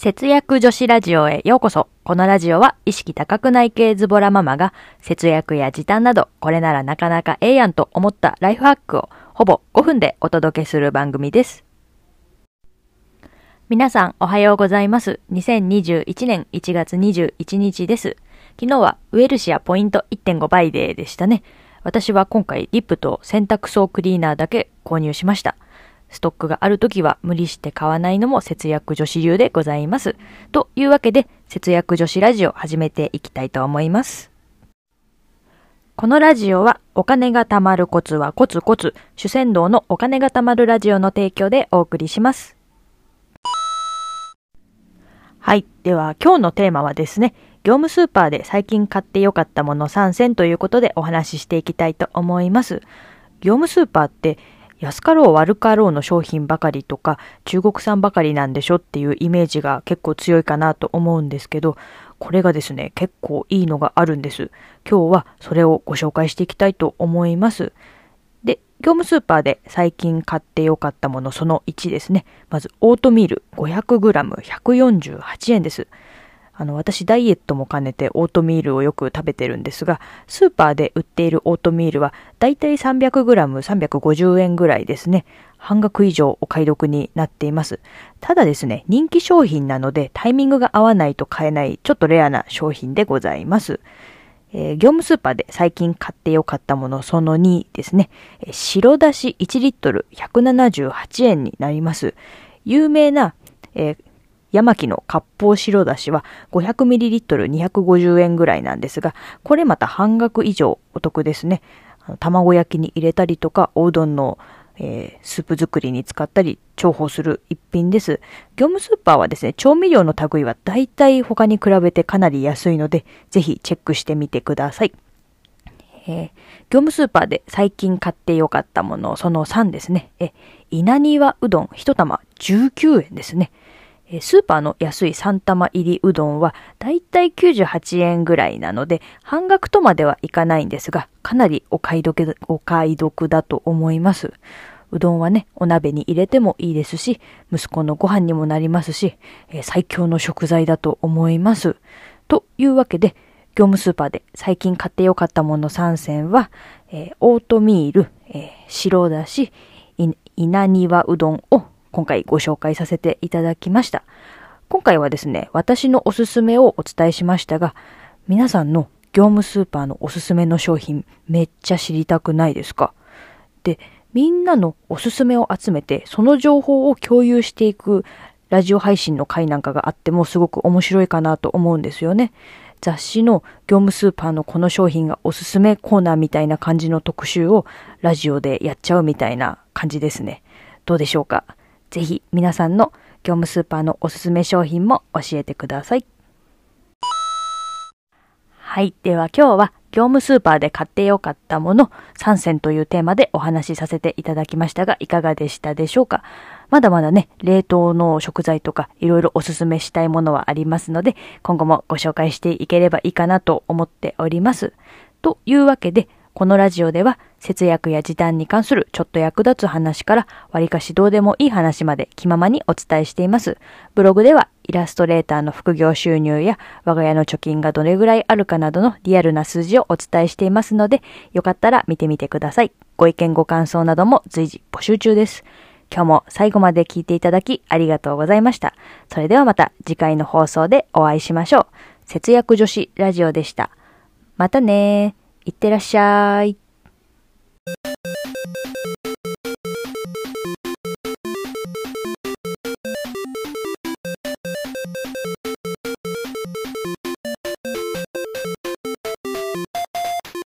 節約女子ラジオへようこそ。このラジオは意識高くない系ズボラママが節約や時短などこれならなかなかええやんと思ったライフハックをほぼ5分でお届けする番組です。皆さんおはようございます。2021年1月21日です。昨日はウエルシアポイント 1.5 倍デーでしたね。私は今回リップと洗濯槽クリーナーだけ購入しました。ストックがあるときは無理して買わないのも節約女子流でございます。というわけで節約女子ラジオ始めていきたいと思います。このラジオはお金が貯まるコツはコツコツ主戦道のお金が貯まるラジオの提供でお送りします。はい。では今日のテーマはですね、業務スーパーで最近買ってよかったもの3選ということでお話ししていきたいと思います。業務スーパーって安かろう悪かろうの商品ばかりとか中国産ばかりなんでしょっていうイメージが結構強いかなと思うんですけど、これがですね結構いいのがあるんです。今日はそれをご紹介していきたいと思います。で、業務スーパーで最近買ってよかったものその1ですね。まずオートミール 500g148 円です。私ダイエットも兼ねてオートミールをよく食べてるんですが、スーパーで売っているオートミールはだいたい 300g350 円ぐらいですね。半額以上お買い得になっています。ただですね、人気商品なのでタイミングが合わないと買えないちょっとレアな商品でございます。業務スーパーで最近買ってよかったものその2ですね。白だし1リットル178円になります。有名な、ヤマキの割烹白だしは 500ml250 円ぐらいなんですが、これまた半額以上お得ですね。卵焼きに入れたりとか、おうどんの、スープ作りに使ったり重宝する一品です。業務スーパーはですね、調味料の類はだいたい他に比べてかなり安いので、ぜひチェックしてみてください。業務スーパーで最近買ってよかったものその3ですね。稲庭うどん1玉19円ですね。スーパーの安い3玉入りうどんはだいたい98円ぐらいなので半額とまではいかないんですが、かなりお買い得だと思います。うどんはね、お鍋に入れてもいいですし、息子のご飯にもなりますし、最強の食材だと思います。というわけで、業務スーパーで最近買ってよかったもの3選は、オートミール、白だし、稲庭うどんを今回ご紹介させていただきました。今回はですね、私のおすすめをお伝えしましたが、皆さんの業務スーパーのおすすめの商品めっちゃ知りたくないですか？で、みんなのおすすめを集めてその情報を共有していくラジオ配信の回なんかがあってもすごく面白いかなと思うんですよね。雑誌の業務スーパーのこの商品がおすすめコーナーみたいな感じの特集をラジオでやっちゃうみたいな感じですね。どうでしょうか？ぜひ皆さんの業務スーパーのおすすめ商品も教えてください。はい。では今日は業務スーパーで買ってよかったもの3選というテーマでお話しさせていただきましたが、いかがでしたでしょうか？まだまだね、冷凍の食材とかいろいろおすすめしたいものはありますので、今後もご紹介していければいいかなと思っております。というわけで、このラジオでは節約や時短に関するちょっと役立つ話からわりかしどうでもいい話まで気ままにお伝えしています。ブログではイラストレーターの副業収入や我が家の貯金がどれぐらいあるかなどのリアルな数字をお伝えしていますので、よかったら見てみてください。ご意見ご感想なども随時募集中です。今日も最後まで聞いていただきありがとうございました。それではまた次回の放送でお会いしましょう。節約女子ラジオでした。またねー。いってらっしゃい。